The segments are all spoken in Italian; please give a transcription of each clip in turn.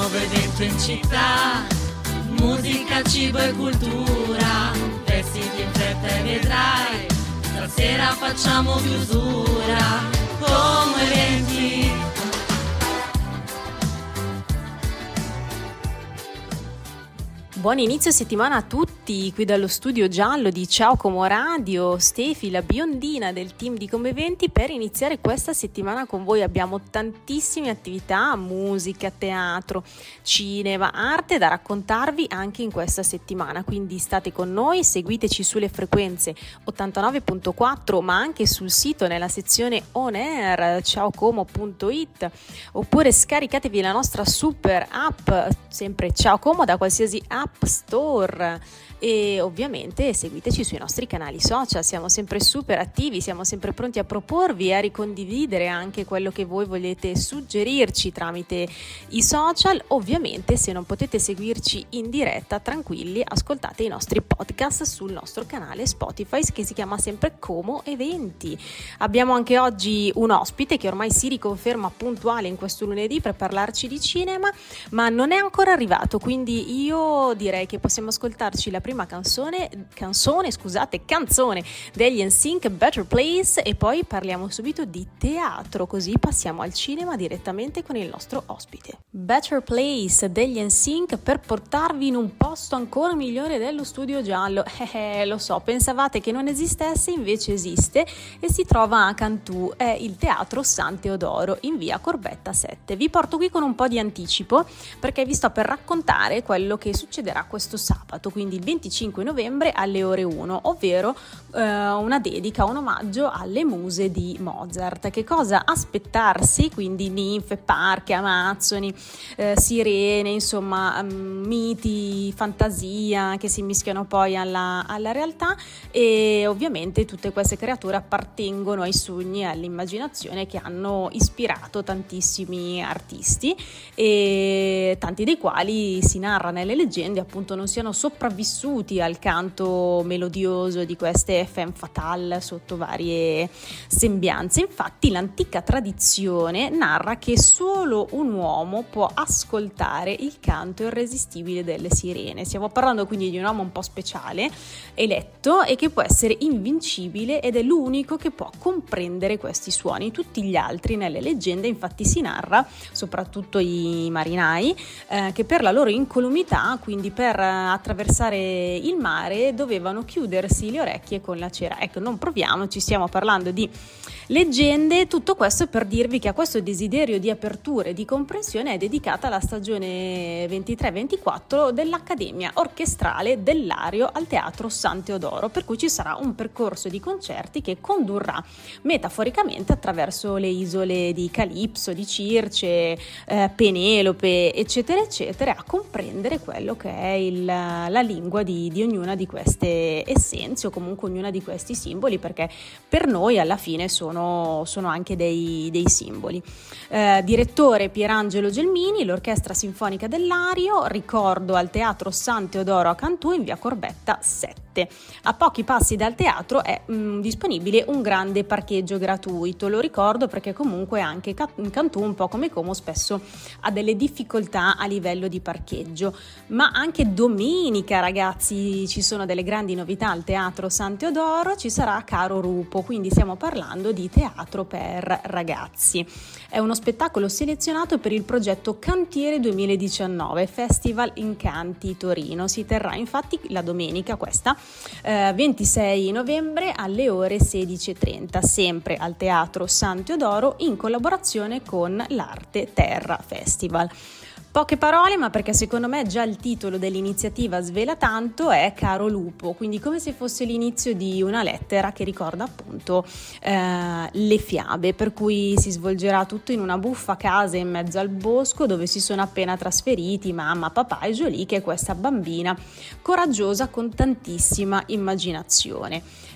nuovo evento in città, musica, cibo e cultura, vestiti in fretta e vedrai, stasera facciamo chiusura, come eventi. Buon inizio settimana a tutti, qui dallo studio giallo di Ciao Como Radio, Stefi, la biondina del team di Come Eventi. Per iniziare questa settimana con voi abbiamo tantissime attività, musica, teatro, cinema, arte da raccontarvi anche in questa settimana, quindi state con noi, seguiteci sulle frequenze 89.4 ma anche sul sito nella sezione on air ciaocomo.it, oppure scaricatevi la nostra super app, sempre Ciao Como, da qualsiasi app Store, e ovviamente seguiteci sui nostri canali social. Siamo sempre super attivi, siamo sempre pronti a proporvi e a ricondividere anche quello che voi volete suggerirci tramite i social. Ovviamente, se non potete seguirci in diretta, tranquilli, ascoltate i nostri podcast sul nostro canale Spotify che si chiama sempre Como Eventi. Abbiamo anche oggi un ospite che ormai si riconferma puntuale in questo lunedì per parlarci di cinema, ma non è ancora arrivato, quindi io direi che possiamo ascoltarci la prima canzone degli NSYNC, Better Place, e poi parliamo subito di teatro, così passiamo al cinema direttamente con il nostro ospite. Better Place degli NSYNC per portarvi in un posto ancora migliore dello studio giallo. Lo so, pensavate che non esistesse, invece esiste e si trova a Cantù, è il Teatro San Teodoro in via Corbetta 7. Vi porto qui con un po' di anticipo perché vi sto per raccontare quello che succederà questo sabato, quindi il 25 novembre alle ore 1, ovvero una dedica, un omaggio alle muse di Mozart. Che cosa aspettarsi? Quindi ninfe, parche, amazzoni, sirene, insomma miti, fantasia che si mischiano poi alla realtà, e ovviamente tutte queste creature appartengono ai sogni e all'immaginazione che hanno ispirato tantissimi artisti, e tanti dei quali si narra nelle leggende appunto non siano sopravvissuti al canto melodioso di queste femme fatale sotto varie sembianze. Infatti l'antica tradizione narra che solo un uomo può ascoltare il canto irresistibile delle sirene. Stiamo parlando quindi di un uomo un po' speciale, eletto, e che può essere invincibile ed è l'unico che può comprendere questi suoni. Tutti gli altri nelle leggende infatti si narra, soprattutto i marinai, che per la loro incolumità, quindi per attraversare il mare, dovevano chiudersi le orecchie con la cera. Ecco, non proviamoci, stiamo parlando di leggende. Tutto questo per dirvi che a questo desiderio di apertura e di comprensione è dedicata la stagione 23-24 dell'Accademia Orchestrale del Lario al Teatro San Teodoro, per cui ci sarà un percorso di concerti che condurrà metaforicamente attraverso le isole di Calipso, di Circe, Penelope, eccetera eccetera, a comprendere quello che è la lingua di ognuna di queste essenze, o comunque ognuna di questi simboli, perché per noi alla fine sono anche dei simboli. Direttore Pierangelo Gelmini, l'Orchestra Sinfonica del Lario, ricordo al Teatro San Teodoro a Cantù in via Corbetta 7. A pochi passi dal teatro è disponibile un grande parcheggio gratuito, lo ricordo perché comunque anche Cantù, un po' come Como, spesso ha delle difficoltà a livello di parcheggio. Ma anche domenica, ragazzi, ci sono delle grandi novità al Teatro San Teodoro, ci sarà Caro Rupo, quindi stiamo parlando di teatro per ragazzi. È uno spettacolo selezionato per il progetto Cantiere 2019 Festival Incanti Torino. Si terrà infatti la domenica questa 26 novembre alle ore 16:30, sempre al Teatro San Teodoro, in collaborazione con l'Arte Terra Festival. Poche parole, ma perché secondo me già il titolo dell'iniziativa svela tanto, è Caro Lupo, quindi come se fosse l'inizio di una lettera che ricorda appunto le fiabe, per cui si svolgerà tutto in una buffa casa in mezzo al bosco dove si sono appena trasferiti mamma, papà e Jolie, che è questa bambina coraggiosa con tantissima immaginazione.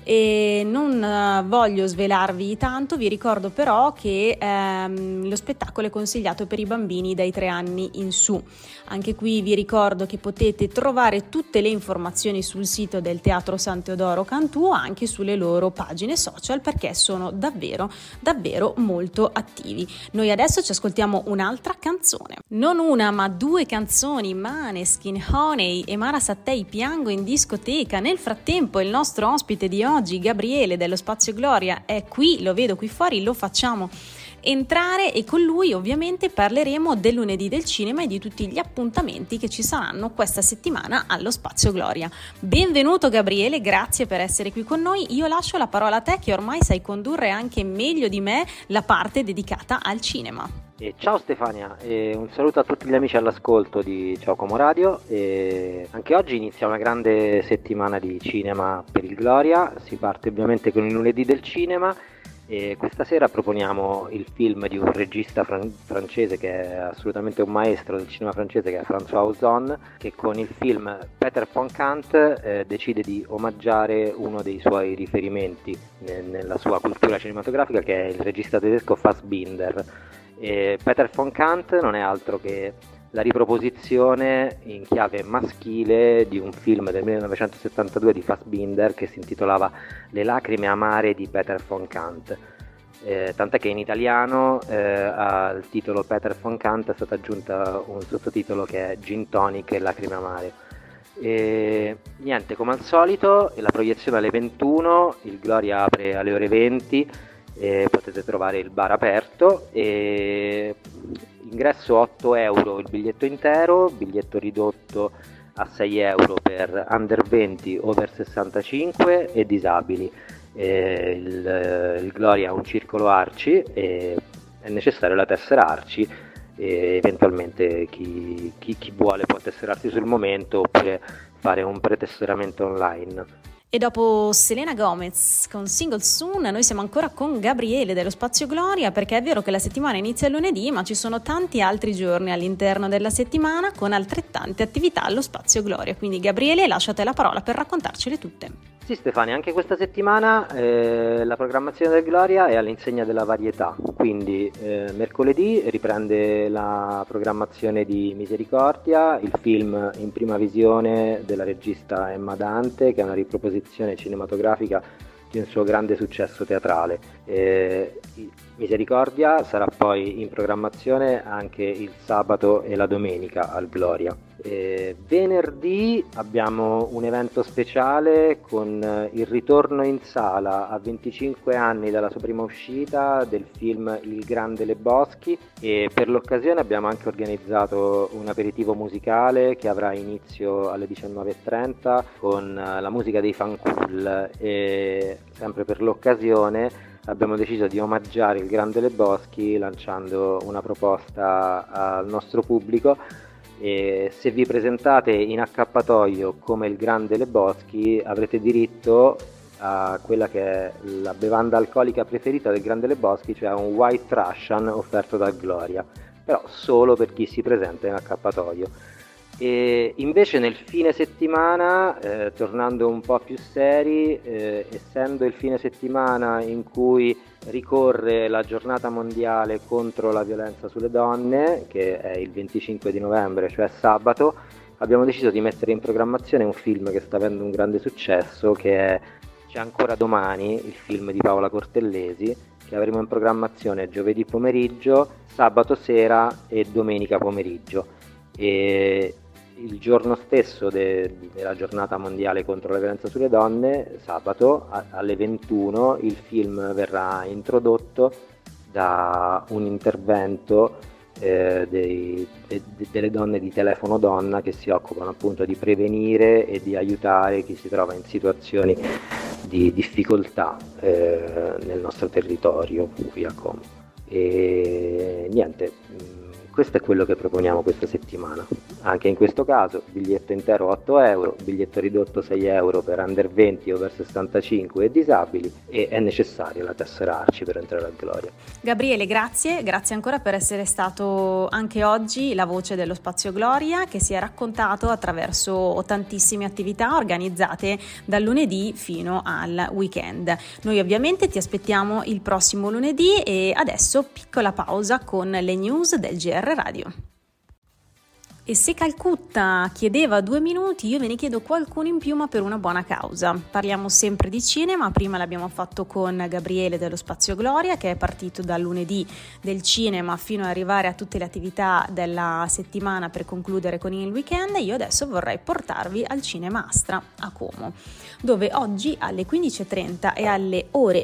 e non voglio svelarvi tanto, vi ricordo però che lo spettacolo è consigliato per i bambini dai 3 anni in su. Anche qui vi ricordo che potete trovare tutte le informazioni sul sito del Teatro San Teodoro Cantù o anche sulle loro pagine social, perché sono davvero molto attivi. Noi adesso ci ascoltiamo un'altra canzone, non una ma 2 canzoni, Maneskin, Honey e Mara Sattei, Piango in discoteca. Nel frattempo il nostro ospite di oggi, Gabriele dello Spazio Gloria, è qui, lo vedo qui fuori, lo facciamo entrare e con lui ovviamente parleremo del lunedì del cinema e di tutti gli appuntamenti che ci saranno questa settimana allo Spazio Gloria. Benvenuto Gabriele, grazie per essere qui con noi. Io lascio la parola a te, che ormai sai condurre anche meglio di me la parte dedicata al cinema. Ciao Stefania, un saluto a tutti gli amici all'ascolto di Ciao Como Radio. Anche oggi inizia una grande settimana di cinema per il Gloria. Si parte ovviamente con il lunedì del cinema. E questa sera proponiamo il film di un regista francese che è assolutamente un maestro del cinema francese, che è François Ozon, che con il film Peter von Kant decide di omaggiare uno dei suoi riferimenti nella sua cultura cinematografica, che è il regista tedesco Fassbinder. Peter von Kant non è altro che la riproposizione in chiave maschile di un film del 1972 di Fassbinder che si intitolava Le lacrime amare di Peter von Kant. Tant'è che in italiano al titolo Peter von Kant è stata aggiunta un sottotitolo che è Gin Tonic e lacrime amare. Niente, come al solito, la proiezione alle 21, il Gloria apre alle ore 20, potete trovare il bar aperto. Ingresso 8 euro il biglietto intero, biglietto ridotto a 6 euro per under 20, over 65 e disabili. Il Gloria ha un circolo Arci e è necessario la tessera Arci, e eventualmente chi vuole può tesserarsi sul momento oppure fare un pretesseramento online. E dopo Selena Gomez con Single Soon, noi siamo ancora con Gabriele dello Spazio Gloria, perché è vero che la settimana inizia lunedì, ma ci sono tanti altri giorni all'interno della settimana con altrettante attività allo Spazio Gloria. Quindi Gabriele, lasciate la parola per raccontarcele tutte. Sì Stefania, anche questa settimana la programmazione del Gloria è all'insegna della varietà, quindi mercoledì riprende la programmazione di Misericordia, il film in prima visione della regista Emma Dante, che è una riproposizione cinematografica di un suo grande successo teatrale. Misericordia sarà poi in programmazione anche il sabato e la domenica al Gloria. Venerdì abbiamo un evento speciale con il ritorno in sala a 25 anni dalla sua prima uscita del film Il Grande Lebowski, e per l'occasione abbiamo anche organizzato un aperitivo musicale che avrà inizio alle 19:30 con la musica dei Fancool, e sempre per l'occasione abbiamo deciso di omaggiare il Grande Lebowski lanciando una proposta al nostro pubblico. E se vi presentate in accappatoio come il Grande Lebowski avrete diritto a quella che è la bevanda alcolica preferita del Grande Lebowski, cioè un White Russian offerto dal Gloria, però solo per chi si presenta in accappatoio. E invece nel fine settimana, tornando un po' più seri, essendo il fine settimana in cui ricorre la giornata mondiale contro la violenza sulle donne, che è il 25 di novembre, cioè sabato, abbiamo deciso di mettere in programmazione un film che sta avendo un grande successo, che è C'è ancora domani, il film di Paola Cortellesi, che avremo in programmazione giovedì pomeriggio, sabato sera e domenica pomeriggio. E il giorno stesso della giornata mondiale contro la violenza sulle donne, sabato alle 21, il film verrà introdotto da un intervento delle donne di Telefono Donna, che si occupano appunto di prevenire e di aiutare chi si trova in situazioni di difficoltà nel nostro territorio qui a Como. E niente, questo è quello che proponiamo questa settimana. Anche in questo caso biglietto intero 8 euro, biglietto ridotto 6 euro per under 20 over 65 e disabili, e è necessaria la tessera ARCI per entrare al Gloria. Gabriele, grazie ancora per essere stato anche oggi la voce dello Spazio Gloria, che si è raccontato attraverso tantissime attività organizzate dal lunedì fino al weekend. Noi ovviamente ti aspettiamo il prossimo lunedì e adesso piccola pausa con le news del GR Radio. E se Calcutta chiedeva 2 minuti, io ve ne chiedo qualcuno in più, ma per una buona causa. Parliamo sempre di cinema, prima l'abbiamo fatto con Gabriele dello Spazio Gloria, che è partito dal lunedì del cinema fino ad arrivare a tutte le attività della settimana per concludere con il weekend. Io adesso vorrei portarvi al Cinema Astra a Como, dove oggi alle 15.30 e alle ore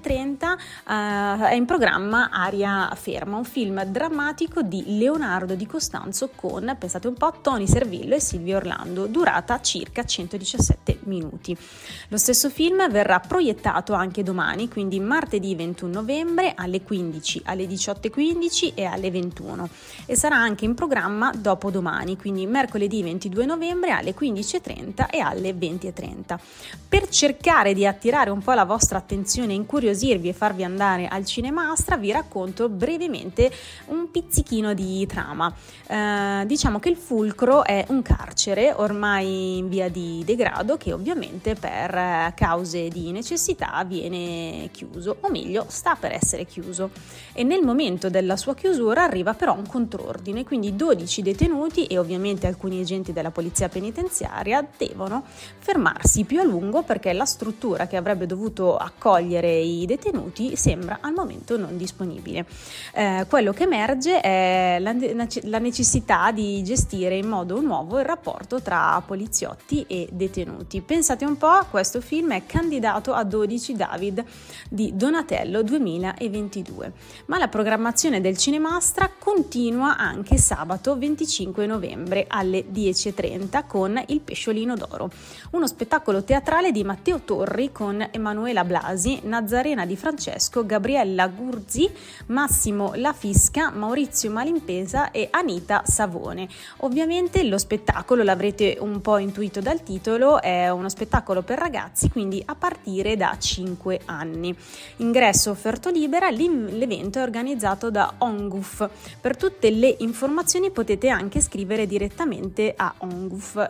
20.30 è in programma Aria Ferma, un film drammatico di Leonardo Di Costanzo con, pensate un po', Tony Servillo e Silvia Orlando, durata circa 117 minuti. Lo stesso film verrà proiettato anche domani, quindi martedì 21 novembre alle 15, alle 18.15 e alle 21, e sarà anche in programma dopodomani, quindi mercoledì 22 novembre alle 15.30 e alle 20.30. Per cercare di attirare un po' la vostra attenzione, incuriosirvi e farvi andare al Cinema Astra, vi racconto brevemente un pizzichino di trama. Diciamo che il fulcro è un carcere ormai in via di degrado, che ovviamente per cause di necessità viene chiuso, o meglio sta per essere chiuso, e nel momento della sua chiusura arriva però un contrordine, quindi 12 detenuti e ovviamente alcuni agenti della polizia penitenziaria devono fermarsi più a lungo perché la struttura che avrebbe dovuto accogliere i detenuti sembra al momento non disponibile. Quello che emerge è la necessità di gestire in modo nuovo il rapporto tra poliziotti e detenuti. Pensate un po', questo film è candidato a 12 David di Donatello 2022, ma la programmazione del Cinema Astra continua anche sabato 25 novembre alle 10.30 con Il Pesciolino d'Oro, uno spettacolo teatrale di Matteo Torri con Emanuela Blasi, Nazarena Di Francesco, Gabriella Gurzi, Massimo Lafisca, Maurizio Malimpesa e Anita Savone. Ovviamente lo spettacolo, l'avrete un po' intuito dal titolo, è uno spettacolo per ragazzi, quindi a partire da 5 anni. Ingresso offerto libera, l'evento è organizzato da ONGUF. Per tutte le informazioni potete anche scrivere direttamente a ONGUF,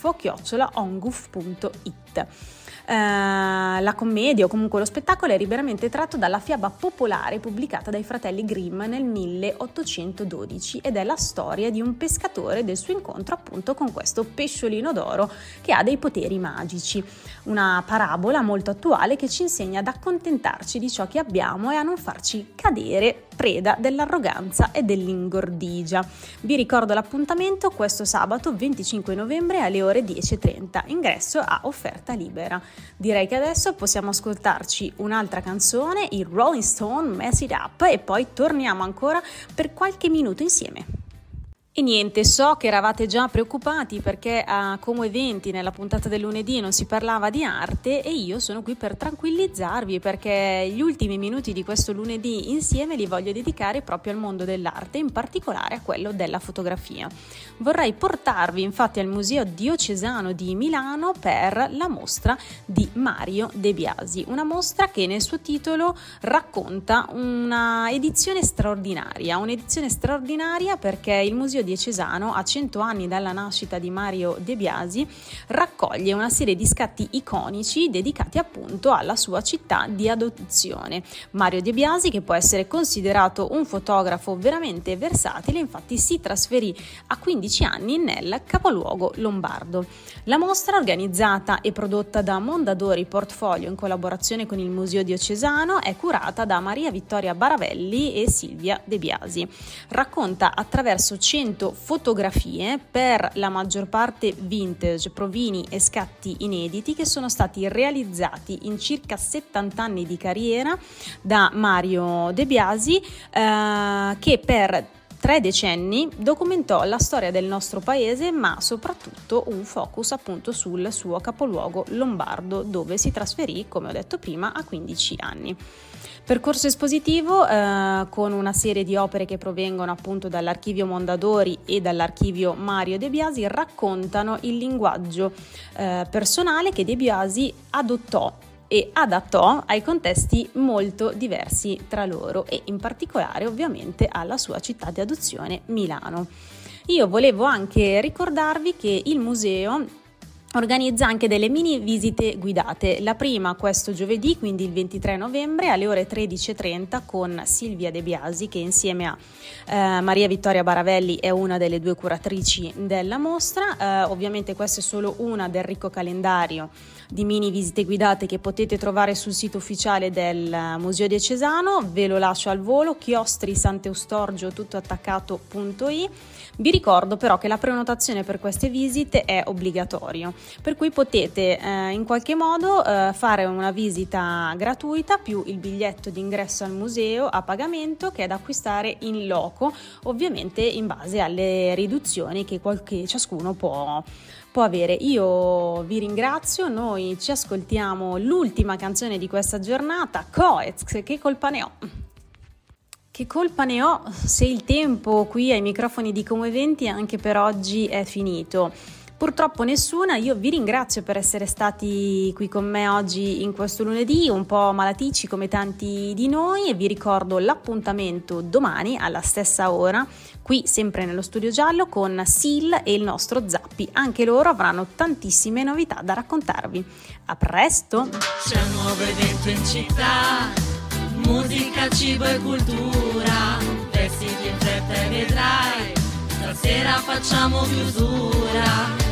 info@onguf.it. La commedia o comunque lo spettacolo è liberamente tratto dalla fiaba popolare pubblicata dai fratelli Grimm nel 1812 ed è la storia di un pescatore e del suo incontro appunto con questo pesciolino d'oro che ha dei poteri magici. Una parabola molto attuale che ci insegna ad accontentarci di ciò che abbiamo e a non farci cadere preda dell'arroganza e dell'ingordigia. Vi ricordo l'appuntamento questo sabato 25 novembre alle ore 10.30, ingresso a offerta libera. Direi che adesso possiamo ascoltarci un'altra canzone, i Rolling Stone Mess It Up, e poi torniamo ancora per qualche minuto insieme. E niente, so che eravate già preoccupati perché a Como Eventi nella puntata del lunedì non si parlava di arte, e io sono qui per tranquillizzarvi perché gli ultimi minuti di questo lunedì insieme li voglio dedicare proprio al mondo dell'arte, in particolare a quello della fotografia. Vorrei portarvi infatti al Museo Diocesano di Milano per la mostra di Mario De Biasi, una mostra che nel suo titolo racconta una edizione straordinaria perché il Museo Diocesano, a 100 anni dalla nascita di Mario De Biasi, raccoglie una serie di scatti iconici dedicati appunto alla sua città di adozione. Mario De Biasi, che può essere considerato un fotografo veramente versatile, infatti si trasferì a 15 anni nel capoluogo lombardo. La mostra, organizzata e prodotta da Mondadori Portfolio in collaborazione con il Museo Diocesano, è curata da Maria Vittoria Baravelli e Silvia De Biasi. Racconta attraverso 100 fotografie, per la maggior parte vintage, provini e scatti inediti, che sono stati realizzati in circa 70 anni di carriera da Mario De Biasi, che per 3 decenni documentò la storia del nostro paese, ma soprattutto un focus appunto sul suo capoluogo lombardo, dove si trasferì, come ho detto prima, a 15 anni. Percorso espositivo con una serie di opere che provengono appunto dall'archivio Mondadori e dall'archivio Mario De Biasi raccontano il linguaggio personale che De Biasi adottò e adattò ai contesti molto diversi tra loro e in particolare ovviamente alla sua città di adozione, Milano. Io volevo anche ricordarvi che il museo organizza anche delle mini visite guidate, la prima questo giovedì, quindi il 23 novembre alle ore 13:30 con Silvia De Biasi, che insieme a Maria Vittoria Baravelli è una delle 2 curatrici della mostra. Ovviamente questa è solo una del ricco calendario di mini visite guidate che potete trovare sul sito ufficiale del Museo Diocesano. Ve lo lascio al volo, chiostri Sant'Eustorgio tuttoattaccato.it. Vi ricordo però che la prenotazione per queste visite è obbligatorio, per cui potete in qualche modo fare una visita gratuita più il biglietto d'ingresso al museo a pagamento, che è da acquistare in loco, ovviamente in base alle riduzioni che ciascuno può avere. Io vi ringrazio, noi ci ascoltiamo l'ultima canzone di questa giornata, Coez, Che colpa ne ho? Che colpa ne ho se il tempo qui ai microfoni di Como Eventi anche per oggi è finito? Purtroppo nessuna. Io vi ringrazio per essere stati qui con me oggi in questo lunedì, un po' malaticci come tanti di noi, e vi ricordo l'appuntamento domani alla stessa ora, qui sempre nello Studio Giallo con Sil e il nostro Zappi. Anche loro avranno tantissime novità da raccontarvi. A presto! C'è un nuovo evento in città, musica, cibo e cultura, vestiti in fretta e vedrai, stasera facciamo chiusura.